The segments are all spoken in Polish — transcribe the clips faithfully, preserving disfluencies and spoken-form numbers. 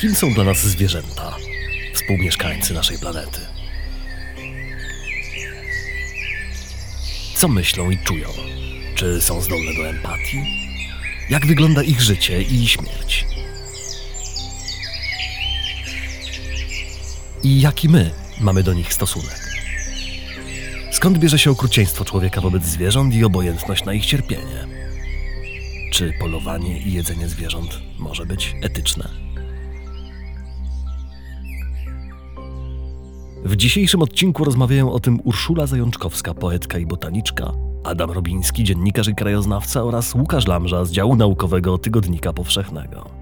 Kim są dla nas zwierzęta, współmieszkańcy naszej planety? Co myślą i czują? Czy są zdolne do empatii? Jak wygląda ich życie i śmierć? I jaki my mamy do nich stosunek? Skąd bierze się okrucieństwo człowieka wobec zwierząt i obojętność na ich cierpienie? Czy polowanie i jedzenie zwierząt może być etyczne? W dzisiejszym odcinku rozmawiają o tym Urszula Zajączkowska, poetka i botaniczka, Adam Robiński, dziennikarz i krajoznawca oraz Łukasz Lamża z działu naukowego Tygodnika Powszechnego.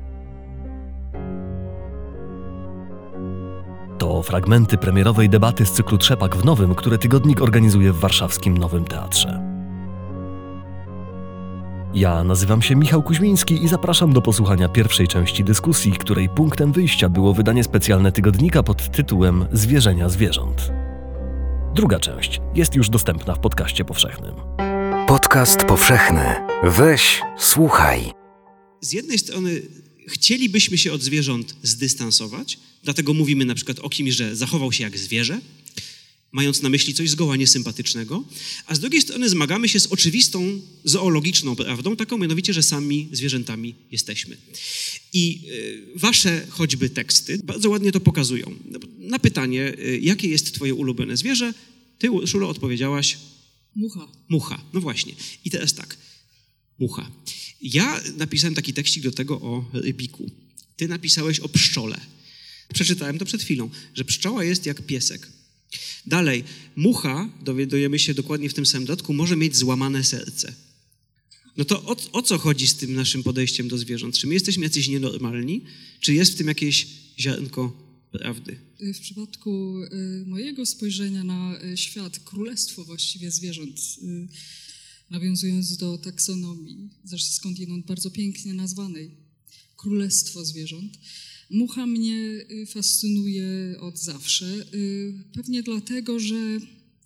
To fragmenty premierowej debaty z cyklu Trzepak w Nowym, które tygodnik organizuje w warszawskim Nowym Teatrze. Ja nazywam się Michał Kuźmiński i zapraszam do posłuchania pierwszej części dyskusji, której punktem wyjścia było wydanie specjalne tygodnika pod tytułem Zwierzenia zwierząt. Druga część jest już dostępna w podcaście powszechnym. Podcast powszechny. Weź, słuchaj. Z jednej strony chcielibyśmy się od zwierząt zdystansować, dlatego mówimy na przykład o kimś, że zachował się jak zwierzę, mając na myśli coś zgoła niesympatycznego, a z drugiej strony zmagamy się z oczywistą zoologiczną prawdą, taką mianowicie, że sami zwierzętami jesteśmy. I y, wasze choćby teksty bardzo ładnie to pokazują. Na pytanie, y, jakie jest twoje ulubione zwierzę, ty, Urszulo, odpowiedziałaś... Mucha. Mucha, no właśnie. I teraz tak, mucha. Ja napisałem taki tekstik do tego o rybiku. Ty napisałeś o pszczole. Przeczytałem to przed chwilą, że pszczoła jest jak piesek. Dalej, mucha, dowiadujemy się dokładnie w tym samym dodatku, może mieć złamane serce. No to o, o co chodzi z tym naszym podejściem do zwierząt? Czy my jesteśmy jacyś nienormalni? Czy jest w tym jakieś ziarnko prawdy? W przypadku y, mojego spojrzenia na y, świat, królestwo właściwie zwierząt, y, nawiązując do taksonomii, zresztą skądinąd bardzo pięknie nazwanej, królestwo zwierząt, mucha mnie fascynuje od zawsze, pewnie dlatego, że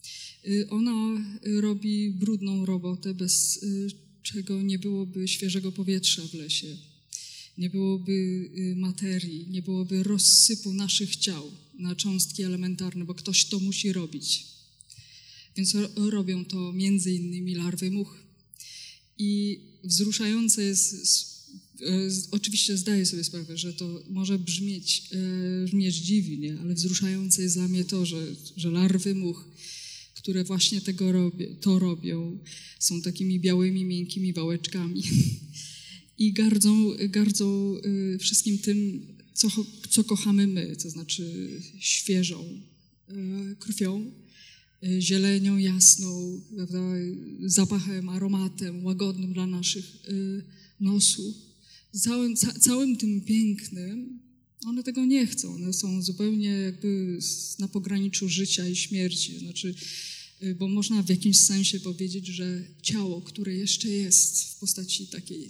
ona robi brudną robotę, bez czego nie byłoby świeżego powietrza w lesie, nie byłoby materii, nie byłoby rozsypu naszych ciał na cząstki elementarne, bo ktoś to musi robić. Więc robią to między innymi larwy much. I wzruszające jest... Oczywiście zdaję sobie sprawę, że to może brzmieć, brzmieć dziwnie, ale wzruszające jest dla mnie to, że, że larwy much, które właśnie tego robią, to robią, są takimi białymi, miękkimi wałeczkami i gardzą, gardzą wszystkim tym, co, co kochamy my, to znaczy świeżą krwią, zielenią jasną, prawda, zapachem, aromatem łagodnym dla naszych nosu. Całym, ca, całym tym pięknym, one tego nie chcą. One są zupełnie jakby na pograniczu życia i śmierci. Znaczy, bo można w jakimś sensie powiedzieć, że ciało, które jeszcze jest w postaci takiej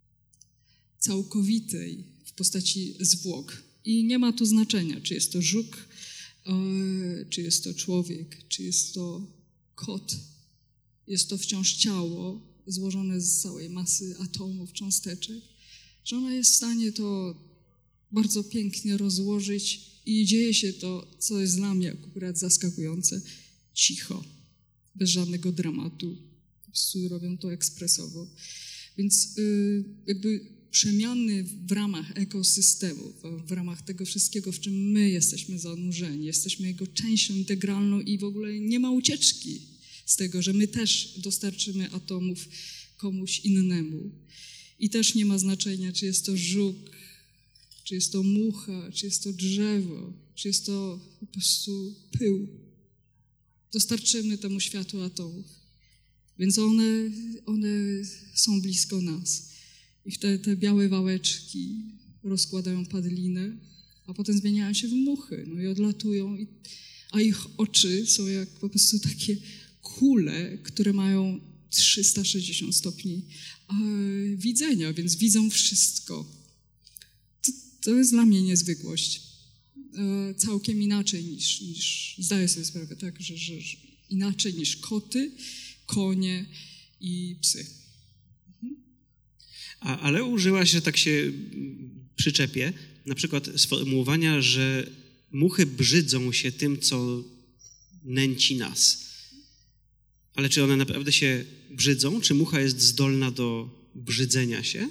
całkowitej, w postaci zwłok. I nie ma tu znaczenia, czy jest to żuk, czy jest to człowiek, czy jest to kot. Jest to wciąż ciało złożone z całej masy atomów, cząsteczek, że ona jest w stanie to bardzo pięknie rozłożyć i dzieje się to, co jest dla mnie akurat zaskakujące, cicho, bez żadnego dramatu. Po prostu robią to ekspresowo. Więc yy, jakby przemiany w ramach ekosystemu, w ramach tego wszystkiego, w czym my jesteśmy zanurzeni, jesteśmy jego częścią integralną i w ogóle nie ma ucieczki z tego, że my też dostarczymy atomów komuś innemu. I też nie ma znaczenia, czy jest to żuk, czy jest to mucha, czy jest to drzewo, czy jest to po prostu pył. Dostarczymy temu światu atomów. Więc one, one są blisko nas. I te, te białe wałeczki rozkładają padlinę, a potem zmieniają się w muchy, no i odlatują. I, a ich oczy są jak po prostu takie kule, które mają trzysta sześćdziesiąt stopni e, widzenia, więc widzą wszystko. To, to jest dla mnie niezwykłość. E, całkiem inaczej niż, niż, zdaję sobie sprawę, tak, że, że, że inaczej niż koty, konie i psy. A, ale użyłaś, że tak się przyczepię, na przykład sformułowania, że muchy brzydzą się tym, co nęci nas. Ale czy one naprawdę się brzydzą? Czy mucha jest zdolna do brzydzenia się?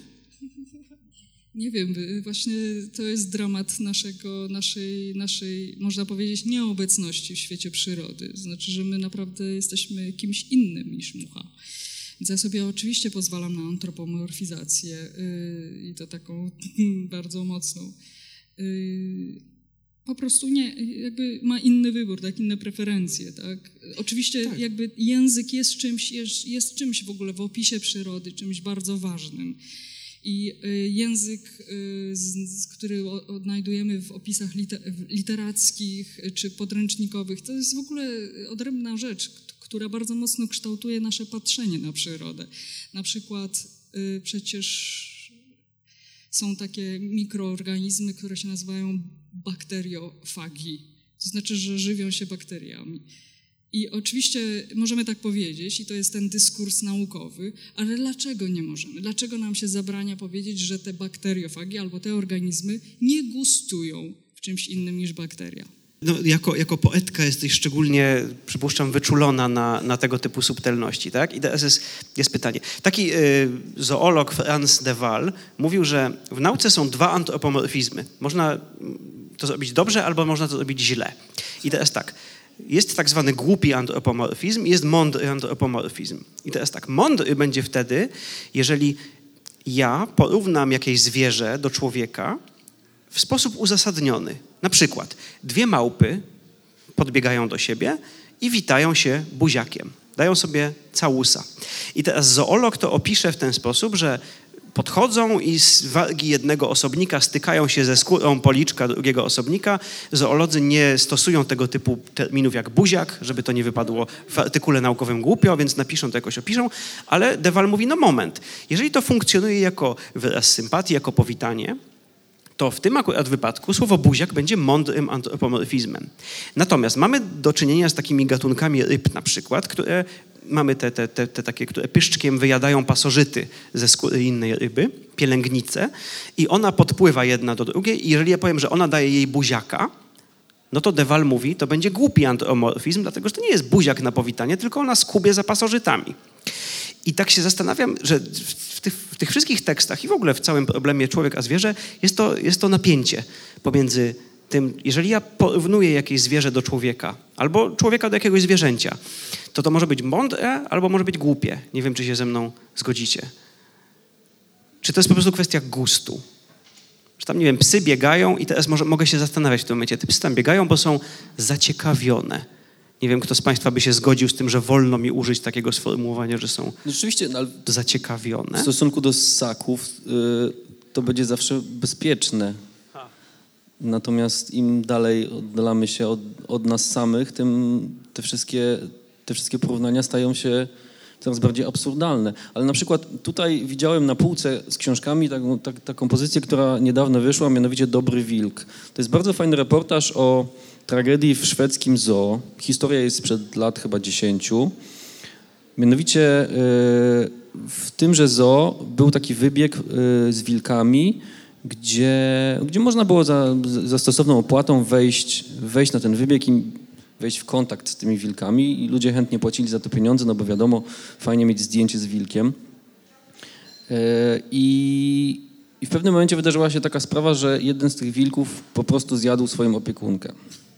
Nie wiem, właśnie to jest dramat naszego, naszej, naszej, można powiedzieć, nieobecności w świecie przyrody. Znaczy, że my naprawdę jesteśmy kimś innym niż mucha. Więc ja sobie oczywiście pozwalam na antropomorfizację yy, i to taką bardzo mocną. Yy, po prostu nie, jakby ma inny wybór, tak, inne preferencje, tak. Oczywiście tak. Jakby język jest czymś, jest, jest czymś w ogóle w opisie przyrody, czymś bardzo ważnym. I język, który odnajdujemy w opisach literackich czy podręcznikowych, to jest w ogóle odrębna rzecz, która bardzo mocno kształtuje nasze patrzenie na przyrodę. Na przykład przecież są takie mikroorganizmy, które się nazywają bakteriofagi, to znaczy, że żywią się bakteriami. I oczywiście możemy tak powiedzieć, i to jest ten dyskurs naukowy, ale dlaczego nie możemy? Dlaczego nam się zabrania powiedzieć, że te bakteriofagi albo te organizmy nie gustują w czymś innym niż bakteria? No, jako, jako poetka jesteś szczególnie, przypuszczam, wyczulona na, na tego typu subtelności, tak? I teraz jest, jest pytanie. Taki y, zoolog Frans de Waal mówił, że w nauce są dwa antropomorfizmy. Można to zrobić dobrze, albo można to zrobić źle. I teraz tak. Jest tak zwany głupi antropomorfizm i jest mądry antropomorfizm. I teraz tak, mądry będzie wtedy, jeżeli ja porównam jakieś zwierzę do człowieka w sposób uzasadniony. Na przykład dwie małpy podbiegają do siebie i witają się buziakiem. Dają sobie całusa. I teraz zoolog to opisze w ten sposób, że podchodzą i z wargi jednego osobnika stykają się ze skórą policzka drugiego osobnika. Zoolodzy nie stosują tego typu terminów jak buziak, żeby to nie wypadło w artykule naukowym głupio, więc napiszą to jakoś, opiszą, ale de Waal mówi, no moment, jeżeli to funkcjonuje jako wyraz sympatii, jako powitanie, to w tym akurat wypadku słowo buziak będzie mądrym antropomorfizmem. Natomiast mamy do czynienia z takimi gatunkami ryb na przykład, które mamy te, te, te, te takie, które pyszczkiem wyjadają pasożyty ze skóry innej ryby, pielęgnice, i ona podpływa jedna do drugiej i jeżeli ja powiem, że ona daje jej buziaka, no to de Waal mówi, to będzie głupi antropomorfizm, dlatego że to nie jest buziak na powitanie, tylko ona skubie za pasożytami. I tak się zastanawiam, że w tych, w tych wszystkich tekstach i w ogóle w całym problemie człowiek a zwierzę jest to, jest to napięcie pomiędzy tym, jeżeli ja porównuję jakieś zwierzę do człowieka albo człowieka do jakiegoś zwierzęcia, to to może być mądre albo może być głupie. Nie wiem, czy się ze mną zgodzicie. Czy to jest po prostu kwestia gustu? Że tam, nie wiem, psy biegają i teraz może, mogę się zastanawiać w tym momencie. Te psy tam biegają, bo są zaciekawione. Nie wiem, kto z Państwa by się zgodził z tym, że wolno mi użyć takiego sformułowania, że są rzeczywiście no, zaciekawione. W stosunku do ssaków y, to będzie zawsze bezpieczne. Ha. Natomiast im dalej oddalamy się od, od nas samych, tym te wszystkie, te wszystkie porównania stają się coraz bardziej absurdalne. Ale na przykład tutaj widziałem na półce z książkami taką, tak, taką pozycję, która niedawno wyszła, mianowicie Dobry Wilk. To jest bardzo fajny reportaż o tragedii w szwedzkim zoo. Historia jest sprzed lat chyba dziesięciu. Mianowicie w tymże zoo był taki wybieg z wilkami, gdzie, gdzie można było za, za stosowną opłatą wejść, wejść na ten wybieg i wejść w kontakt z tymi wilkami i ludzie chętnie płacili za to pieniądze, no bo wiadomo, fajnie mieć zdjęcie z wilkiem. I, i w pewnym momencie wydarzyła się taka sprawa, że jeden z tych wilków po prostu zjadł swoją opiekunkę.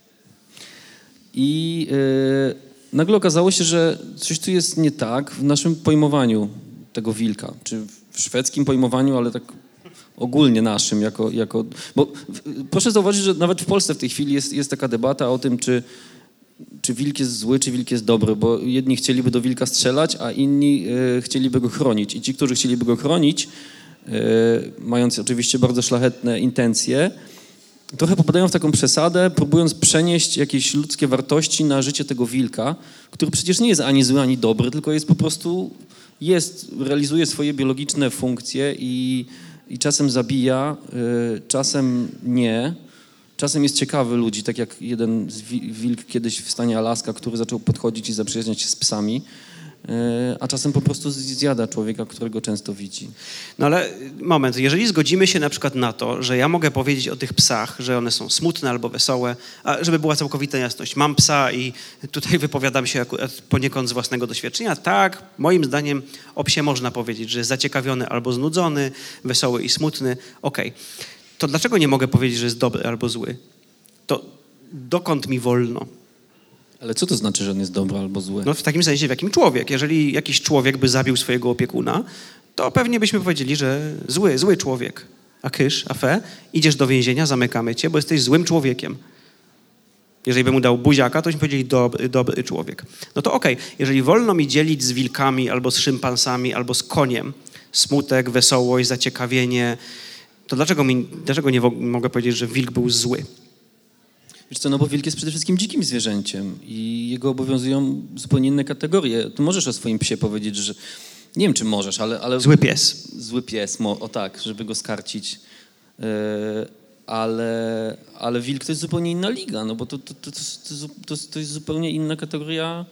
I yy, nagle okazało się, że coś tu jest nie tak w naszym pojmowaniu tego wilka, czy w szwedzkim pojmowaniu, ale tak ogólnie naszym, jako, jako bo w, proszę zauważyć, że nawet w Polsce w tej chwili jest, jest taka debata o tym, czy, czy wilk jest zły, czy wilk jest dobry, bo jedni chcieliby do wilka strzelać, a inni yy, chcieliby go chronić. I ci, którzy chcieliby go chronić, yy, mając oczywiście bardzo szlachetne intencje, trochę popadają w taką przesadę, próbując przenieść jakieś ludzkie wartości na życie tego wilka, który przecież nie jest ani zły, ani dobry, tylko jest po prostu, jest, realizuje swoje biologiczne funkcje i, i czasem zabija, y, czasem nie. Czasem jest ciekawy ludzi, tak jak jeden z wi- wilk kiedyś w stanie Alaska, który zaczął podchodzić i zaprzyjaźniać się z psami. Y, a czasem po prostu zjada człowieka, którego często widzi. No ale moment, jeżeli zgodzimy się na przykład na to, że ja mogę powiedzieć o tych psach, że one są smutne albo wesołe, a żeby była całkowita jasność, mam psa i tutaj wypowiadam się akurat poniekąd z własnego doświadczenia, tak, moim zdaniem o psie można powiedzieć, że jest zaciekawiony albo znudzony, wesoły i smutny, okej. Okay. To dlaczego nie mogę powiedzieć, że jest dobry albo zły? To dokąd mi wolno? Ale co to znaczy, że on jest dobry albo zły? No w takim sensie, w jakim człowiek. Jeżeli jakiś człowiek by zabił swojego opiekuna, to pewnie byśmy powiedzieli, że zły, zły człowiek. A kysz, a fe, idziesz do więzienia, zamykamy cię, bo jesteś złym człowiekiem. Jeżeli by mu dał buziaka, to byśmy powiedzieli dobry, dobry człowiek. No to okej, okay. Jeżeli wolno mi dzielić z wilkami, albo z szympansami, albo z koniem smutek, wesołość, zaciekawienie, to dlaczego, mi, dlaczego nie w- mogę powiedzieć, że wilk był zły? Wiesz co, no bo wilk jest przede wszystkim dzikim zwierzęciem i jego obowiązują zupełnie inne kategorie. Ty możesz o swoim psie powiedzieć, że... Nie wiem, czy możesz, ale... ale Zły pies. Zły pies, mo, o tak, żeby go skarcić. Yy, ale, ale wilk to jest zupełnie inna liga, no bo to, to, to, to, to, to jest zupełnie inna kategoria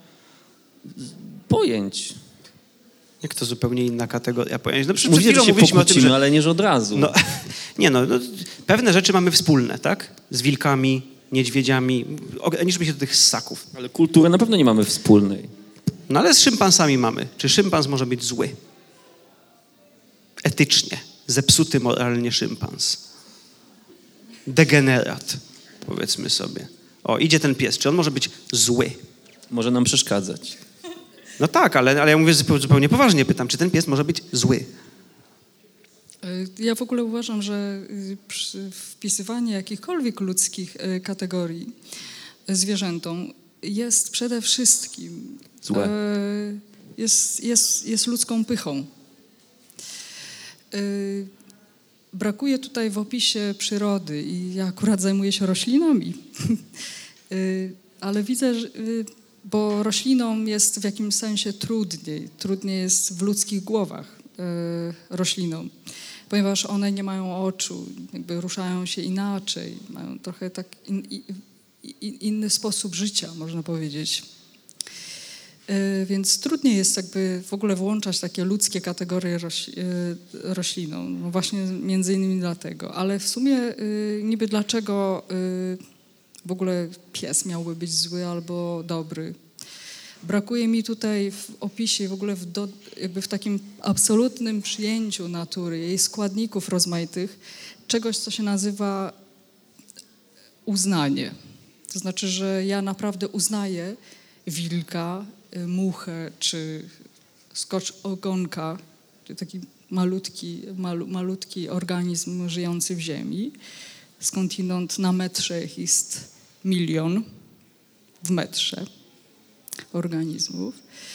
pojęć. Jak to zupełnie inna kategoria pojęć? No przed Mówię, chwilą że się mówiliśmy o tym, że... ale nie, że od razu. No, nie no, no, pewne rzeczy mamy wspólne, tak? Z wilkami, niedźwiedziami, ograniczmy się do tych ssaków. Ale kultury na pewno nie mamy wspólnej. No ale z szympansami mamy. Czy szympans może być zły? Etycznie. Zepsuty moralnie szympans. Degenerat, powiedzmy sobie. O, idzie ten pies. Czy on może być zły? Może nam przeszkadzać. No tak, ale, ale ja mówię zupełnie poważnie. Pytam, czy ten pies może być zły? Ja w ogóle uważam, że przy wpisywanie jakichkolwiek ludzkich kategorii zwierzętom jest przede wszystkim Złe. Jest, jest, jest ludzką pychą. Brakuje tutaj w opisie przyrody i ja akurat zajmuję się roślinami, ale widzę, że, bo roślinom jest w jakimś sensie trudniej, trudniej jest w ludzkich głowach roślinom, ponieważ one nie mają oczu, jakby ruszają się inaczej, mają trochę tak in, in, inny sposób życia, można powiedzieć. Więc trudniej jest jakby w ogóle włączać takie ludzkie kategorie roś, roślinom, no właśnie między innymi dlatego. Ale w sumie niby dlaczego w ogóle pies miałby być zły albo dobry? Brakuje mi tutaj w opisie, w ogóle w, do, jakby w takim absolutnym przyjęciu natury, jej składników rozmaitych, czegoś, co się nazywa uznanie. To znaczy, że ja naprawdę uznaję wilka, muchę czy skocz ogonka, czyli taki malutki, malu, malutki organizm żyjący w ziemi. Skądinąd na metrze ich jest milion w metrze organizmów.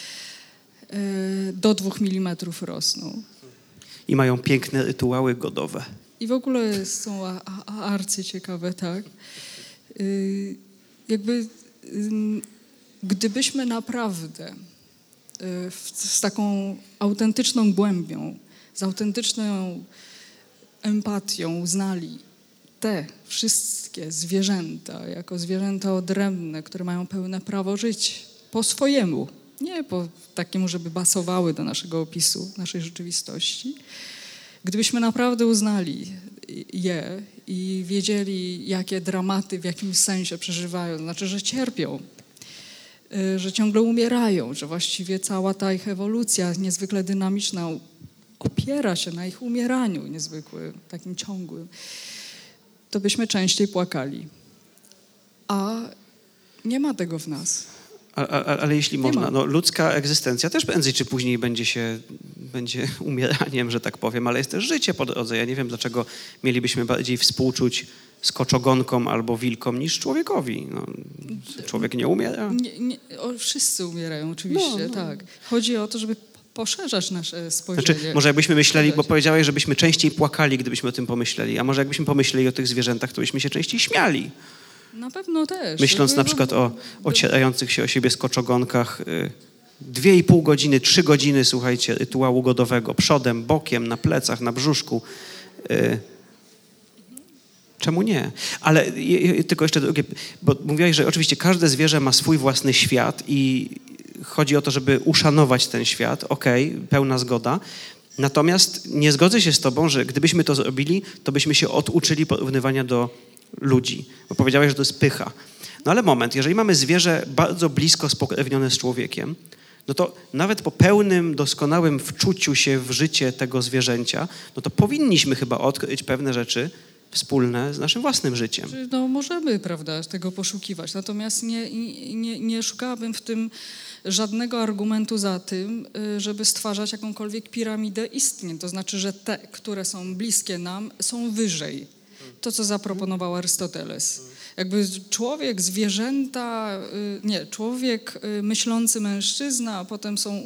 Do dwóch milimetrów rosną. I mają piękne rytuały godowe. I w ogóle są a, a, arcyciekawe, tak. Yy, jakby... Yy, Gdybyśmy naprawdę y, z taką autentyczną głębią, z autentyczną empatią uznali te wszystkie zwierzęta jako zwierzęta odrębne, które mają pełne prawo żyć po swojemu, nie po takiemu, żeby basowały do naszego opisu, naszej rzeczywistości, gdybyśmy naprawdę uznali je i wiedzieli, jakie dramaty w jakimś sensie przeżywają, to znaczy, że cierpią, że ciągle umierają, że właściwie cała ta ich ewolucja niezwykle dynamiczna opiera się na ich umieraniu niezwykłym, takim ciągłym, to byśmy częściej płakali. A nie ma tego w nas. Ale, ale, ale jeśli nie można, no, ludzka egzystencja też prędzej czy później będzie się, będzie umieraniem, że tak powiem, ale jest też życie po drodze. Ja nie wiem, dlaczego mielibyśmy bardziej współczuć skoczogonkom albo wilkom niż człowiekowi. No, człowiek nie umiera. Nie, nie, o, wszyscy umierają, oczywiście, no, no. tak. Chodzi o to, żeby poszerzać nasze spojrzenie. Znaczy, może jakbyśmy myśleli, bo powiedziałeś, żebyśmy częściej płakali, gdybyśmy o tym pomyśleli, a może jakbyśmy pomyśleli o tych zwierzętach, to byśmy się częściej śmiali. Na pewno też. Myśląc jakby, na przykład o ocierających się o siebie skoczogonkach, dwie i pół godziny, trzy godziny, słuchajcie, rytuału godowego, przodem, bokiem, na plecach, na brzuszku. Czemu nie? Ale tylko jeszcze drugie, bo mówiłaś, że oczywiście każde zwierzę ma swój własny świat i chodzi o to, żeby uszanować ten świat, okej, okay, pełna zgoda. Natomiast nie zgodzę się z tobą, że gdybyśmy to zrobili, to byśmy się oduczyli porównywania do ludzi. Bo powiedziałeś, że to jest pycha. No ale moment, jeżeli mamy zwierzę bardzo blisko spokrewnione z człowiekiem, no to nawet po pełnym, doskonałym wczuciu się w życie tego zwierzęcia, no to powinniśmy chyba odkryć pewne rzeczy wspólne z naszym własnym życiem. No możemy, prawda, tego poszukiwać, natomiast nie, nie, nie szukałabym w tym żadnego argumentu za tym, żeby stwarzać jakąkolwiek piramidę istnień. To znaczy, że te, które są bliskie nam, są wyżej. To, co zaproponował Arystoteles. Jakby człowiek, zwierzęta, nie, człowiek myślący mężczyzna, a potem są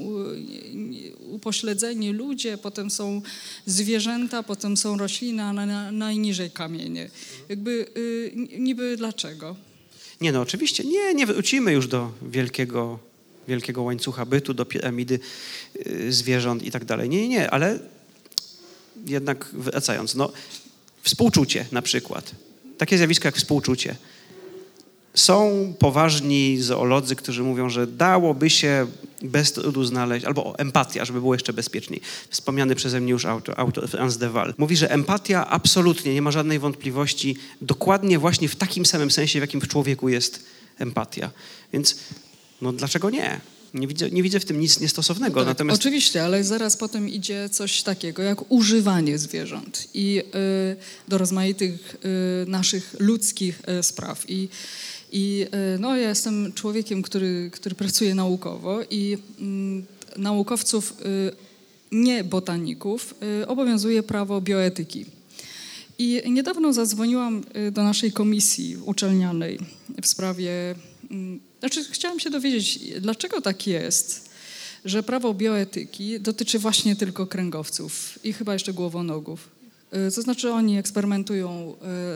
upośledzeni ludzie, potem są zwierzęta, potem są rośliny, a na, najniżej kamienie. Jakby niby dlaczego? Nie, no oczywiście, nie, nie wrócimy już do wielkiego, wielkiego łańcucha bytu, do piramidy zwierząt i tak dalej. Nie, nie, nie, ale jednak wracając, no współczucie na przykład. Takie zjawisko jak współczucie. Są poważni zoolodzy, którzy mówią, że dałoby się bez trudu znaleźć, albo empatia, żeby było jeszcze bezpieczniej. Wspomniany przeze mnie już autor, autor Franz de Waal. Mówi, że empatia absolutnie, nie ma żadnej wątpliwości, dokładnie właśnie w takim samym sensie, w jakim w człowieku jest empatia. Więc no dlaczego nie? Nie widzę, nie widzę w tym nic niestosownego. No tak, Natomiast... Oczywiście, ale zaraz potem idzie coś takiego jak używanie zwierząt i y, do rozmaitych y, naszych ludzkich y, spraw. I, i y, no, ja jestem człowiekiem, który, który pracuje naukowo i y, naukowców, y, nie botaników, y, obowiązuje prawo bioetyki. I niedawno zadzwoniłam y, do naszej komisji uczelnianej w sprawie... Y, Znaczy, chciałam się dowiedzieć, dlaczego tak jest, że prawo bioetyki dotyczy właśnie tylko kręgowców i chyba jeszcze głowonogów. To znaczy, oni eksperymentują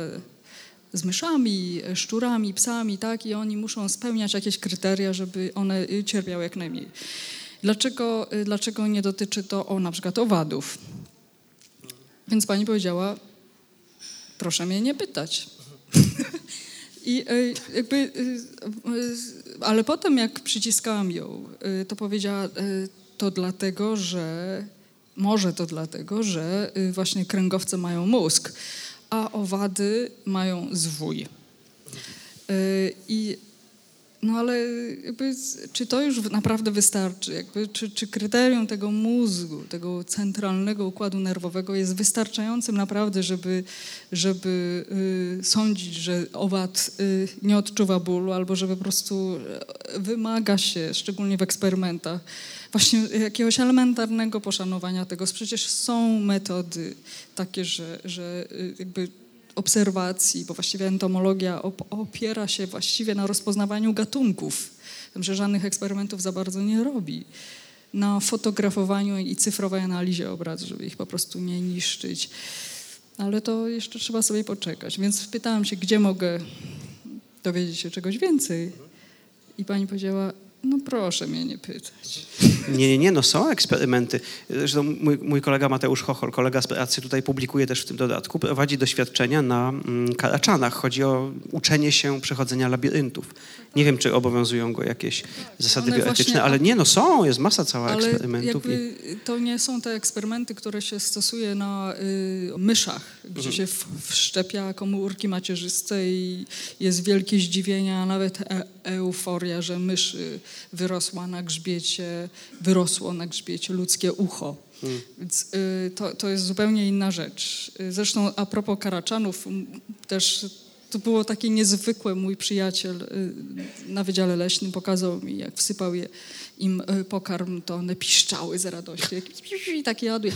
z myszami, szczurami, psami, tak, i oni muszą spełniać jakieś kryteria, żeby one cierpiały jak najmniej. Dlaczego, dlaczego nie dotyczy to o, na przykład owadów? Więc pani powiedziała, proszę mnie nie pytać. I jakby, ale potem jak przyciskałam ją, to powiedziała, to dlatego, że, może to dlatego, że właśnie kręgowce mają mózg, a owady mają zwój. I no ale jakby, czy to już naprawdę wystarczy? Jakby, czy, czy kryterium tego mózgu, tego centralnego układu nerwowego jest wystarczającym naprawdę, żeby, żeby y, sądzić, że owad y, nie odczuwa bólu albo że po prostu wymaga się, szczególnie w eksperymentach, właśnie jakiegoś elementarnego poszanowania tego. Przecież są metody takie, że, że y, jakby obserwacji, bo właściwie entomologia opiera się właściwie na rozpoznawaniu gatunków, że żadnych eksperymentów za bardzo nie robi, na fotografowaniu i cyfrowej analizie obrazu, żeby ich po prostu nie niszczyć. Ale to jeszcze trzeba sobie poczekać. Więc pytałam się, gdzie mogę dowiedzieć się czegoś więcej. I pani powiedziała, no proszę mnie nie pytać. Nie, nie, nie, no są eksperymenty. Zresztą mój, mój kolega Mateusz Chochol, kolega z pracy, tutaj publikuje też w tym dodatku, prowadzi doświadczenia na mm, karaczanach. Chodzi o uczenie się przechodzenia labiryntów. Nie wiem, czy obowiązują go jakieś zasady One bioetyczne, właśnie, ale nie, no są, jest masa cała ale eksperymentów. Jakby i... to nie są te eksperymenty, które się stosuje na y, myszach, gdzie mhm. się w, wszczepia komórki macierzyste i jest wielkie zdziwienie, a nawet e- euforia, że mysz y, wyrosła na grzbiecie, wyrosło na grzbiecie ludzkie ucho. Hmm. Więc y, to, to jest zupełnie inna rzecz. Y, zresztą a propos karaczanów, m, też to było takie niezwykłe. Mój przyjaciel y, na Wydziale Leśnym pokazał mi, jak wsypał je, im y, pokarm, to one piszczały z radości. I tak jadły.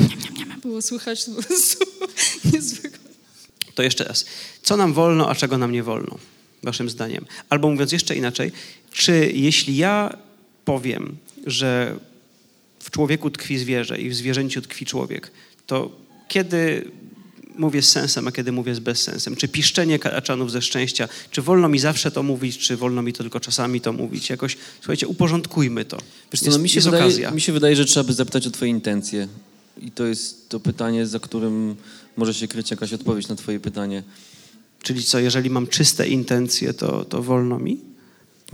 Było słychać po prostu niezwykłe. To jeszcze raz. Co nam wolno, a czego nam nie wolno? Waszym zdaniem. Albo mówiąc jeszcze inaczej, czy jeśli ja powiem, że w człowieku tkwi zwierzę i w zwierzęciu tkwi człowiek, to kiedy mówię z sensem, a kiedy mówię z bezsensem? Czy piszczenie karaczanów ze szczęścia, czy wolno mi zawsze to mówić, czy wolno mi to tylko czasami to mówić? Jakoś, słuchajcie, uporządkujmy to. Wiesz co, jest, no mi się jest wydaje, okazja. mi się wydaje, że trzeba by zapytać o twoje intencje. I to jest to pytanie, za którym może się kryć jakaś odpowiedź na twoje pytanie. Czyli co, jeżeli mam czyste intencje, to, to wolno mi?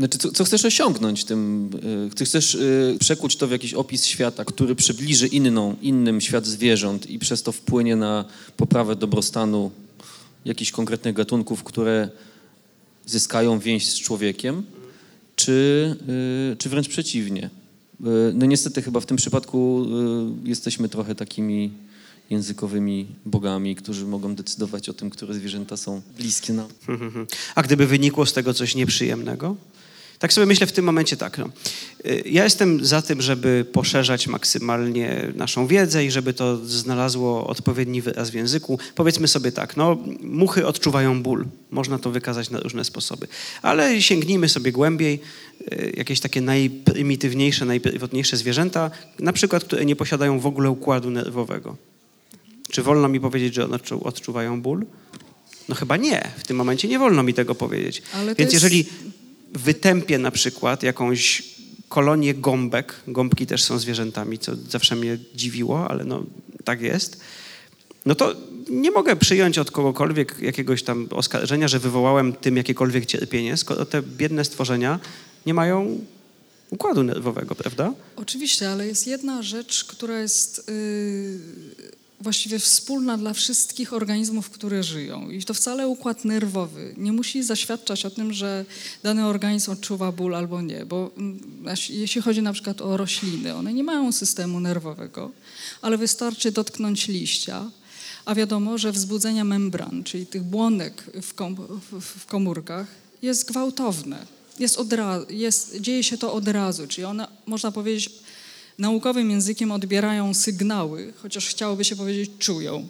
Znaczy, co, co chcesz osiągnąć tym? Ty chcesz y, przekuć to w jakiś opis świata, który przybliży inną, innym świat zwierząt i przez to wpłynie na poprawę dobrostanu jakichś konkretnych gatunków, które zyskają więź z człowiekiem, czy, y, czy wręcz przeciwnie? Y, no niestety chyba w tym przypadku y, jesteśmy trochę takimi językowymi bogami, którzy mogą decydować o tym, które zwierzęta są bliskie nam. A gdyby wynikło z tego coś nieprzyjemnego? Tak sobie myślę w tym momencie tak. No. Ja jestem za tym, żeby poszerzać maksymalnie naszą wiedzę i żeby to znalazło odpowiedni wyraz w języku. Powiedzmy sobie tak, no muchy odczuwają ból. Można to wykazać na różne sposoby. Ale sięgnijmy sobie głębiej. Jakieś takie najprymitywniejsze, najpierwotniejsze zwierzęta, na przykład, które nie posiadają w ogóle układu nerwowego. Czy wolno mi powiedzieć, że one odczuwają ból? No chyba nie. W tym momencie nie wolno mi tego powiedzieć. Ale Więc jest... jeżeli wytępię na przykład jakąś kolonię gąbek, gąbki też są zwierzętami, co zawsze mnie dziwiło, ale no tak jest, no to nie mogę przyjąć od kogokolwiek jakiegoś tam oskarżenia, że wywołałem tym jakiekolwiek cierpienie, skoro te biedne stworzenia nie mają układu nerwowego, prawda? Oczywiście, ale jest jedna rzecz, która jest yy, właściwie wspólna dla wszystkich organizmów, które żyją. I to wcale układ nerwowy nie musi zaświadczać o tym, że dany organizm odczuwa ból albo nie. Bo jeśli chodzi na przykład o rośliny, one nie mają systemu nerwowego, ale wystarczy dotknąć liścia, a wiadomo, że wzbudzenia membran, czyli tych błonek w, kom, w, w komórkach, jest gwałtowne. Jest od razu, jest, dzieje się to od razu, czyli one, można powiedzieć, naukowym językiem odbierają sygnały, chociaż chciałoby się powiedzieć czują.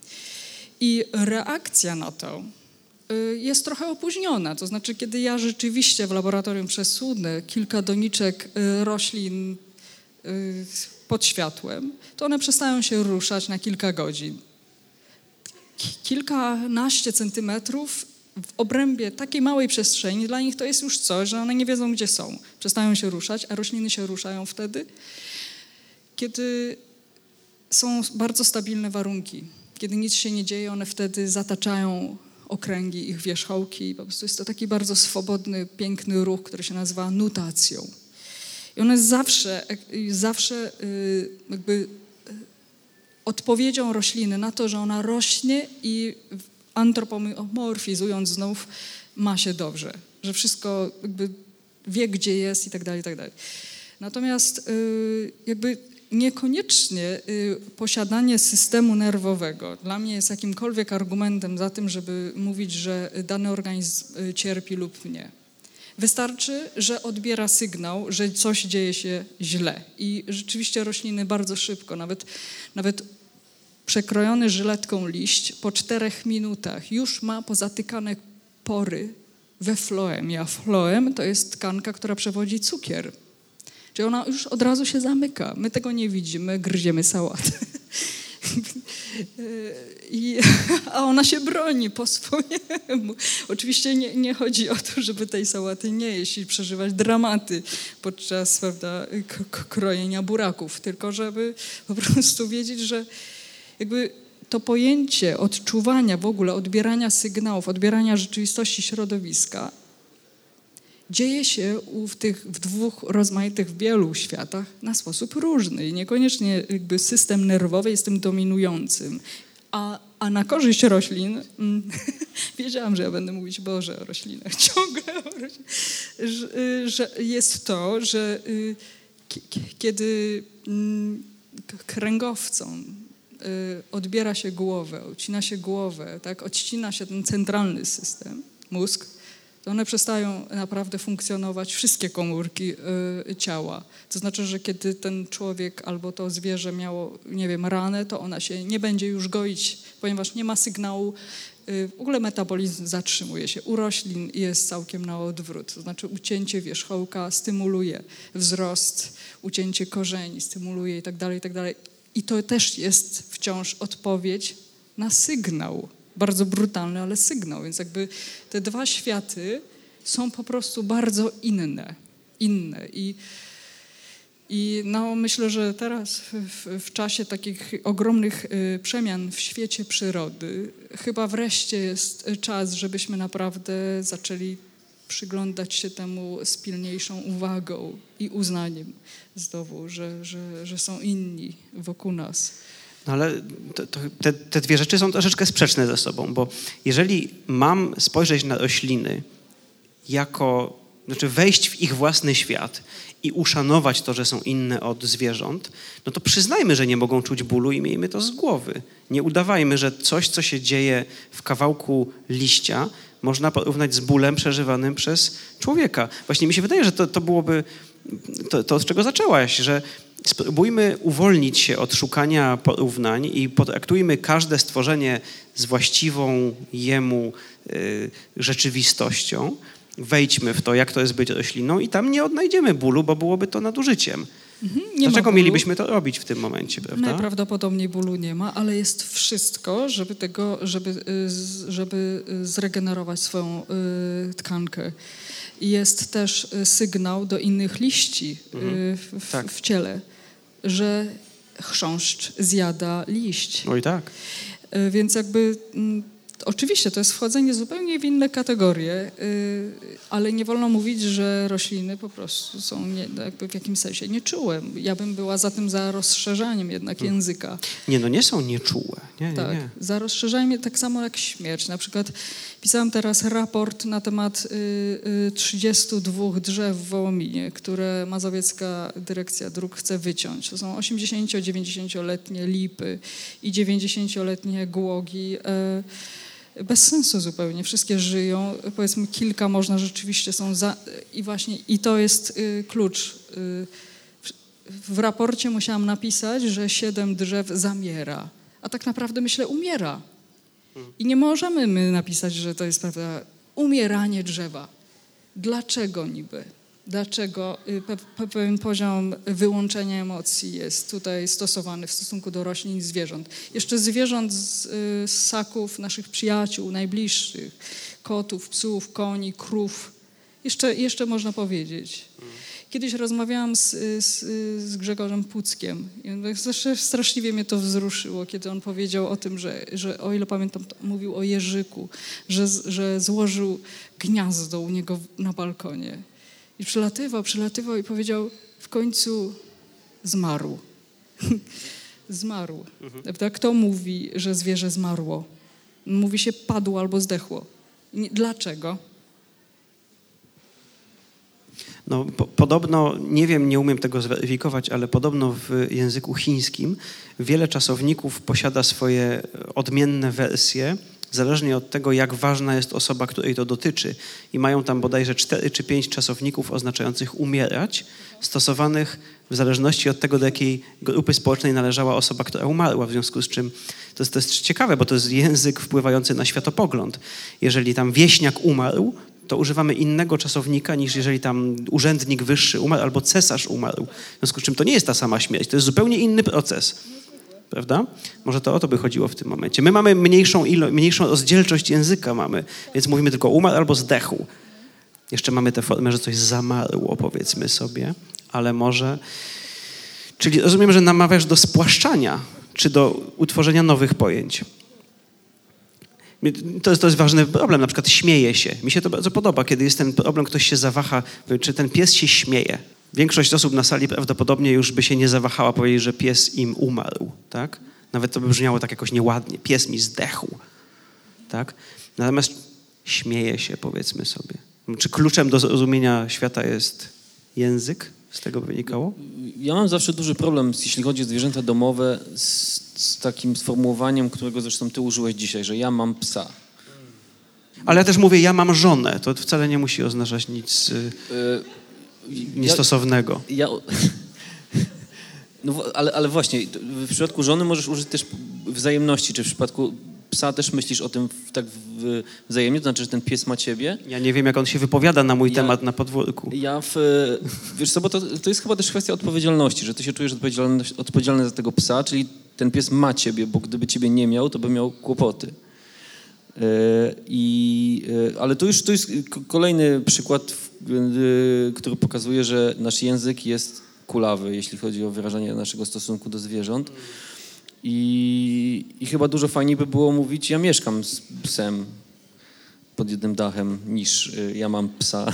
I reakcja na to y, jest trochę opóźniona. To znaczy, kiedy ja rzeczywiście w laboratorium przesunę kilka doniczek y, roślin y, pod światłem, to one przestają się ruszać na kilka godzin. Kilkanaście centymetrów w obrębie takiej małej przestrzeni, dla nich to jest już coś, że one nie wiedzą, gdzie są. Przestają się ruszać, a rośliny się ruszają wtedy, kiedy są bardzo stabilne warunki. Kiedy nic się nie dzieje, one wtedy zataczają okręgi, ich wierzchołki. I po prostu jest to taki bardzo swobodny, piękny ruch, który się nazywa nutacją. I on jest zawsze, zawsze jakby odpowiedzią rośliny na to, że ona rośnie i antropomorfizując znów ma się dobrze. Że wszystko jakby wie, gdzie jest i tak dalej, i tak dalej. Natomiast jakby niekoniecznie posiadanie systemu nerwowego dla mnie jest jakimkolwiek argumentem za tym, żeby mówić, że dany organizm cierpi lub nie. Wystarczy, że odbiera sygnał, że coś dzieje się źle. I rzeczywiście rośliny bardzo szybko, nawet, nawet przekrojony żyletką liść po czterech minutach już ma pozatykane pory we floemie, a floem to jest tkanka, która przewodzi cukier. Czyli ona już od razu się zamyka. My tego nie widzimy, gryziemy sałatę. I, a ona się broni po swojemu. Oczywiście nie, nie chodzi o to, żeby tej sałaty nie jeść i przeżywać dramaty podczas, prawda, k- krojenia buraków, tylko żeby po prostu wiedzieć, że jakby to pojęcie odczuwania w ogóle, odbierania sygnałów, odbierania rzeczywistości środowiska dzieje się w tych w dwóch rozmaitych, w wielu światach na sposób różny. I niekoniecznie jakby system nerwowy jest tym dominującym. A, a na korzyść roślin, mm, wiedziałam, że ja będę mówić Boże o roślinach, ciągle o roślinach, że, że jest to, że y, k- kiedy mm, kręgowcom y, odbiera się głowę, odcina się głowę, tak, odcina się ten centralny system, mózg, to one przestają naprawdę funkcjonować, wszystkie komórki y, ciała. To znaczy, że kiedy ten człowiek albo to zwierzę miało, nie wiem, ranę, to ona się nie będzie już goić, ponieważ nie ma sygnału. Y, w ogóle metabolizm zatrzymuje się. U roślin jest całkiem na odwrót. To znaczy ucięcie wierzchołka stymuluje wzrost, ucięcie korzeni stymuluje i tak dalej, i tak dalej. I to też jest wciąż odpowiedź na sygnał. Bardzo brutalny, ale sygnał. Więc jakby te dwa światy są po prostu bardzo inne. inne. I, i no, myślę, że teraz w, w czasie takich ogromnych y, przemian w świecie przyrody chyba wreszcie jest czas, żebyśmy naprawdę zaczęli przyglądać się temu z pilniejszą uwagą i uznaniem znowu, że, że, że są inni wokół nas. No ale to, to, te, te dwie rzeczy są troszeczkę sprzeczne ze sobą, bo jeżeli mam spojrzeć na rośliny jako, znaczy wejść w ich własny świat i uszanować to, że są inne od zwierząt, no to przyznajmy, że nie mogą czuć bólu i miejmy to z głowy. Nie udawajmy, że coś, co się dzieje w kawałku liścia, można porównać z bólem przeżywanym przez człowieka. Właśnie mi się wydaje, że to, to byłoby to, to, od czego zaczęłaś, że spróbujmy uwolnić się od szukania porównań i potraktujmy każde stworzenie z właściwą jemu y, rzeczywistością. Wejdźmy w to, jak to jest być rośliną i tam nie odnajdziemy bólu, bo byłoby to nadużyciem. Mhm, Dlaczego mielibyśmy to robić w tym momencie, prawda? Najprawdopodobniej bólu nie ma, ale jest wszystko, żeby tego, żeby, żeby zregenerować swoją y, tkankę. I jest też sygnał do innych liści mhm. y, w, tak. w ciele, że chrząszcz zjada liść. Oj tak. Y, więc jakby... Y, Oczywiście, to jest wchodzenie zupełnie w inne kategorie, yy, ale nie wolno mówić, że rośliny po prostu są nie, jakby w jakimś sensie nieczułe. Ja bym była za tym za rozszerzaniem jednak języka. Nie, no nie są nieczułe. Nie, nie, tak, nie. za rozszerzaniem tak samo jak śmierć. Na przykład pisałam teraz raport na temat y, y, trzydziestu dwóch drzew w Wołominie, które Mazowiecka Dyrekcja Dróg chce wyciąć. To są osiemdziesięcio-dziewięćdziesięcioletnie lipy i dziewięćdziesięcioletnie głogi. Y, Bez sensu zupełnie. Wszystkie żyją. Powiedzmy kilka można rzeczywiście są za... I właśnie i to jest y, klucz. Y, w, w raporcie musiałam napisać, że siedem drzew zamiera. A tak naprawdę myślę umiera. I nie możemy my napisać, że to jest prawda, umieranie drzewa. Dlaczego niby? Dlaczego pe, pe, pewien poziom wyłączenia emocji jest tutaj stosowany w stosunku do roślin i zwierząt. Jeszcze zwierząt z, z ssaków naszych przyjaciół, najbliższych, kotów, psów, koni, krów. Jeszcze, jeszcze można powiedzieć. Kiedyś rozmawiałam z, z, z Grzegorzem Puckiem i straszliwie mnie to wzruszyło, kiedy on powiedział o tym, że, że o ile pamiętam, mówił o jeżyku, że, że złożył gniazdo u niego na balkonie. I przylatywał, przylatywał i powiedział, w końcu zmarł. Zmarł. Mhm. Kto mówi, że zwierzę zmarło? Mówi się padło albo zdechło. Nie, dlaczego? No, po, podobno, nie wiem, nie umiem tego zweryfikować, ale podobno w języku chińskim wiele czasowników posiada swoje odmienne wersje, zależnie od tego, jak ważna jest osoba, której to dotyczy. I mają tam bodajże cztery czy pięć czasowników oznaczających umierać, stosowanych w zależności od tego, do jakiej grupy społecznej należała osoba, która umarła. W związku z czym to jest, to jest ciekawe, bo to jest język wpływający na światopogląd. Jeżeli tam wieśniak umarł, to używamy innego czasownika, niż jeżeli tam urzędnik wyższy umarł albo cesarz umarł. W związku z czym to nie jest ta sama śmierć, to jest zupełnie inny proces. Prawda? Może to o to by chodziło w tym momencie. My mamy mniejszą, ilo- mniejszą rozdzielczość języka mamy, więc mówimy tylko umarł albo zdechł. Jeszcze mamy tę formę, że coś zamarło, powiedzmy sobie, ale może... Czyli rozumiem, że namawiasz do spłaszczania, czy do utworzenia nowych pojęć. To jest, to jest ważny problem, na przykład śmieje się. Mi się to bardzo podoba, kiedy jest ten problem, ktoś się zawaha, czy ten pies się śmieje. Większość osób na sali prawdopodobnie już by się nie zawahała powiedzieć, że pies im umarł, tak? Nawet to by brzmiało tak jakoś nieładnie. Pies mi zdechł, tak? Natomiast śmieje się, powiedzmy sobie. Czy kluczem do zrozumienia świata jest język? Z tego wynikało? Ja mam zawsze duży problem, jeśli chodzi o zwierzęta domowe, z, z takim sformułowaniem, którego zresztą ty użyłeś dzisiaj, że ja mam psa. Ale ja też mówię, ja mam żonę. To wcale nie musi oznaczać nic y, niestosownego. Ja, ja, no, ale, ale właśnie, w przypadku żony możesz użyć też wzajemności, czy w przypadku psa też myślisz o tym tak wzajemnie, to znaczy, że ten pies ma ciebie? Ja nie wiem, jak on się wypowiada na mój ja, temat na podwórku. Ja w, wiesz co, bo to, to jest chyba też kwestia odpowiedzialności, że ty się czujesz odpowiedzialny, odpowiedzialny za tego psa, czyli ten pies ma ciebie, bo gdyby ciebie nie miał, to by miał kłopoty. Yy, i, yy, ale to już to jest kolejny przykład, yy, który pokazuje, że nasz język jest kulawy, jeśli chodzi o wyrażanie naszego stosunku do zwierząt. I, I chyba dużo fajniej by było mówić, ja mieszkam z psem. pod jednym dachem niż y, ja mam psa.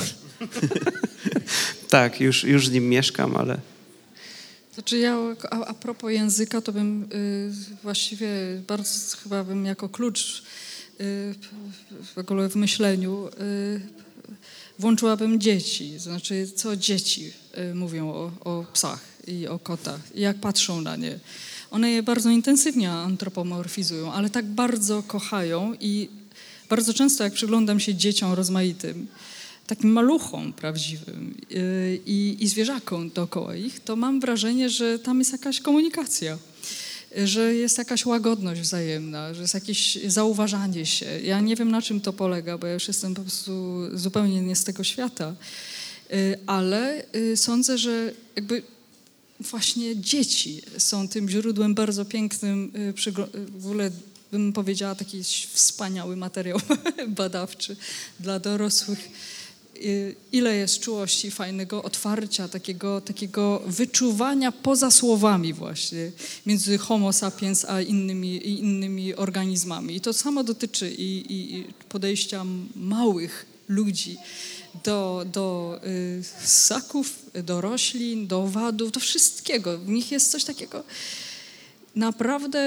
Tak, już, już z nim mieszkam, ale... Znaczy ja a, a propos języka, to bym y, właściwie bardzo chyba bym jako klucz y, w ogóle w myśleniu y, włączyłabym dzieci. Znaczy co dzieci y, mówią o, o psach i o kotach i jak patrzą na nie. One je bardzo intensywnie antropomorfizują, ale tak bardzo kochają i bardzo często jak przyglądam się dzieciom rozmaitym, takim maluchom prawdziwym yy, i, i zwierzakom dookoła ich, to mam wrażenie, że tam jest jakaś komunikacja, yy, że jest jakaś łagodność wzajemna, że jest jakieś zauważanie się. Ja nie wiem, na czym to polega, bo ja już jestem po prostu zupełnie nie z tego świata, yy, ale yy, sądzę, że jakby właśnie dzieci są tym źródłem bardzo pięknym, yy, przygl- w ogóle bym powiedziała taki wspaniały materiał badawczy dla dorosłych. Ile jest czułości, fajnego otwarcia, takiego, takiego wyczuwania poza słowami właśnie między homo sapiens a innymi, innymi organizmami. I to samo dotyczy i, i podejścia małych ludzi do, do y, ssaków, do roślin, do owadów, do wszystkiego. W nich jest coś takiego naprawdę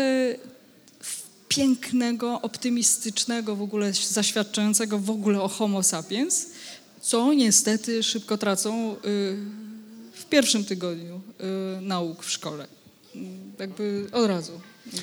pięknego, optymistycznego, w ogóle zaświadczającego w ogóle o homo sapiens, co niestety szybko tracą y, w pierwszym tygodniu y, nauk w szkole. Y, jakby od razu.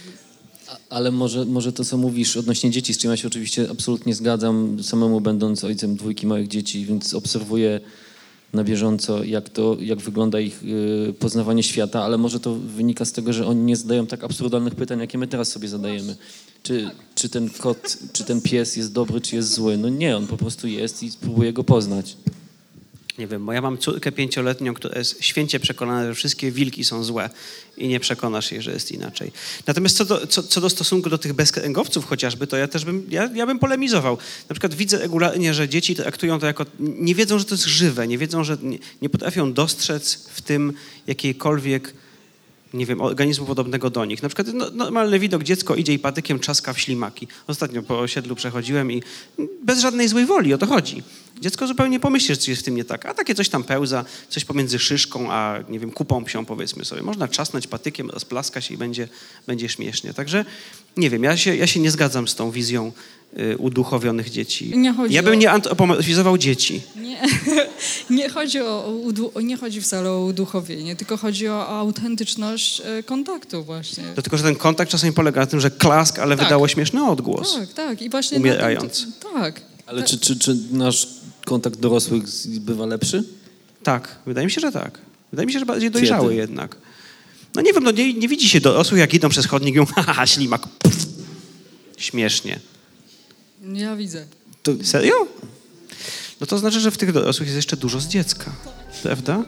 Ale może, może to, co mówisz odnośnie dzieci, z czym ja się oczywiście absolutnie zgadzam, samemu będąc ojcem dwójki małych dzieci, więc obserwuję na bieżąco, jak to, jak wygląda ich y, poznawanie świata, ale może to wynika z tego, że oni nie zadają tak absurdalnych pytań, jakie my teraz sobie zadajemy. Czy, czy ten kot, czy ten pies jest dobry, czy jest zły? No nie, on po prostu jest i spróbuje go poznać. Nie wiem, bo ja mam córkę pięcioletnią, która jest święcie przekonana, że wszystkie wilki są złe i nie przekonasz jej, że jest inaczej. Natomiast co do, co, co do stosunku do tych bezkręgowców chociażby, to ja też bym, ja, ja bym polemizował. Na przykład widzę regularnie, że dzieci traktują to jako, nie wiedzą, że to jest żywe, nie wiedzą, że nie, nie potrafią dostrzec w tym jakiejkolwiek, nie wiem, organizmu podobnego do nich. Na przykład no, normalny widok, dziecko idzie i patykiem czaska w ślimaki. Ostatnio po osiedlu przechodziłem i bez żadnej złej woli, o to chodzi. Dziecko zupełnie pomyśli, że coś jest w tym nie tak, a takie coś tam pełza, coś pomiędzy szyszką a, nie wiem, kupą psią, powiedzmy sobie. Można trzasnąć patykiem, rozplaska się i będzie, będzie śmiesznie. Także, nie wiem, ja się, ja się nie zgadzam z tą wizją y, uduchowionych dzieci. Nie chodzi ja bym o... nie antropomorfizował dzieci. Nie, nie, chodzi o, o, nie chodzi wcale o uduchowienie, tylko chodzi o autentyczność kontaktu właśnie. To tylko, że ten kontakt czasami polega na tym, że klask, ale Tak. wydało śmieszny odgłos. Tak, tak. I właśnie Umierając. Na tym, tak. Ale tak. czy, czy, czy nasz kontakt dorosłych bywa lepszy? Tak, wydaje mi się, że tak. Wydaje mi się, że bardziej dojrzały Kiedy? jednak. No nie wiem, no nie, nie widzi się dorosłych, jak idą przez chodnik i mówią, haha, ślimak, pff, śmiesznie. Ja widzę. To, serio? No to znaczy, że w tych dorosłych jest jeszcze dużo z dziecka, prawda?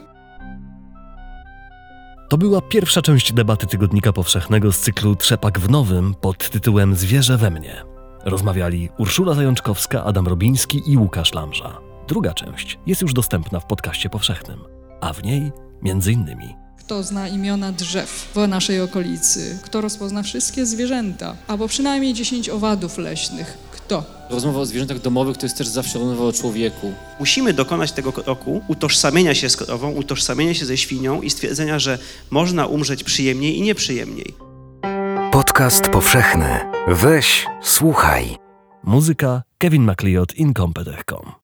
To była pierwsza część debaty Tygodnika Powszechnego z cyklu Trzepak w Nowym pod tytułem Zwierzę we mnie. Rozmawiali Urszula Zajączkowska, Adam Robiński i Łukasz Lamża. Druga część jest już dostępna w podcaście powszechnym, a w niej między innymi Kto zna imiona drzew w naszej okolicy? Kto rozpozna wszystkie zwierzęta? Albo przynajmniej dziesięć owadów leśnych? Kto? Rozmowa o zwierzętach domowych to jest też zawsze rozmowa o człowieku. Musimy dokonać tego kroku utożsamienia się z krową, utożsamienia się ze świnią i stwierdzenia, że można umrzeć przyjemniej i nieprzyjemniej. Podcast powszechny. Weź, słuchaj. muzyka Kevin MacLeod, Incompetech kropka com.